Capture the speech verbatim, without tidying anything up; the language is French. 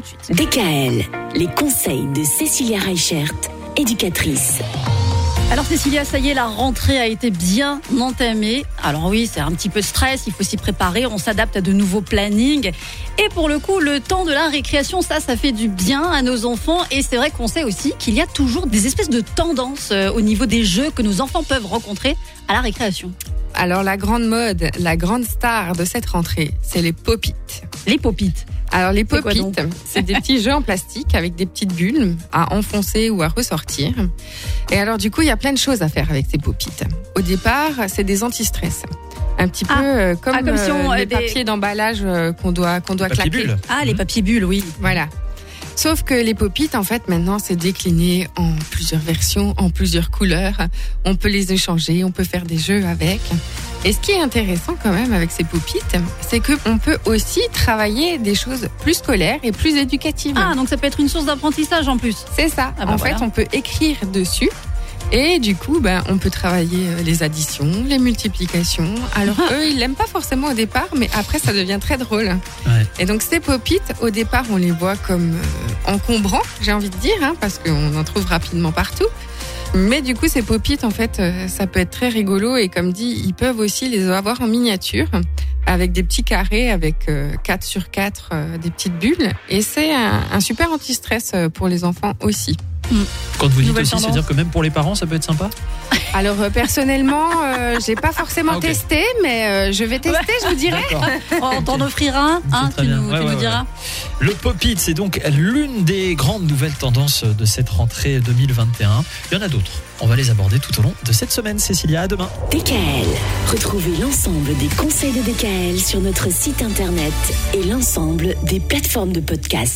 de suite. D K L, les conseils de Cécilia Reichert, éducatrice. Alors Cécilia, ça y est, la rentrée a été bien entamée. Alors oui, c'est un petit peu de stress, il faut s'y préparer, on s'adapte à de nouveaux plannings. Et pour le coup, le temps de la récréation, ça, ça fait du bien à nos enfants. Et c'est vrai qu'on sait aussi qu'il y a toujours des espèces de tendances au niveau des jeux que nos enfants peuvent rencontrer à la récréation. Alors la grande mode, la grande star de cette rentrée, c'est les pop-it. Les pop-it. Alors les C'est quoi pop-it, donc c'est des petits jeux en plastique avec des petites bulles à enfoncer ou à ressortir. Et alors du coup, il y a plein de choses à faire avec ces pop-it. Au départ, c'est des anti-stress. Un petit Ah. peu euh, comme, Ah, comme si on, euh, euh, les des- papiers d'emballage euh, qu'on doit qu'on doit Papier claquer. bulle. Ah, les papiers bulles, oui. Voilà. Sauf que les pop-it, en fait, maintenant, c'est décliné en plusieurs versions, en plusieurs couleurs. On peut les échanger, on peut faire des jeux avec. Et ce qui est intéressant quand même avec ces pop-it, c'est qu'on peut aussi travailler des choses plus scolaires et plus éducatives. Ah, donc ça peut être une source d'apprentissage en plus. C'est ça. Ah bah en voilà. fait, on peut écrire dessus. Et du coup, ben, on peut travailler les additions, les multiplications. Alors eux, ils l'aiment pas forcément au départ, mais après, ça devient très drôle. Ouais. Et donc ces pop-it, au départ, on les voit comme euh, encombrants, j'ai envie de dire, hein, parce qu'on en trouve rapidement partout. Mais du coup, ces pop-it, en fait, euh, ça peut être très rigolo. Et comme dit, ils peuvent aussi les avoir en miniature, avec des petits carrés, avec euh, quatre sur quatre, euh, des petites bulles. Et c'est un, un super anti-stress euh, pour les enfants aussi. Quand vous dites Nouvelle aussi, tendance. c'est-à-dire que même pour les parents, ça peut être sympa. Alors euh, personnellement, euh, j'ai pas forcément Ah, ok. testé, mais euh, je vais tester, je vous dirai. D'accord. On t'en offrira un, hein, très tu bien. nous, Ouais, tu ouais, nous ouais. diras. Le pop-it, c'est donc l'une des grandes nouvelles tendances de cette rentrée deux mille vingt et un. Il y en a d'autres. On va les aborder tout au long de cette semaine. Cécilia, à demain. D K L, retrouvez l'ensemble des conseils de D K L sur notre site internet et l'ensemble des plateformes de podcast.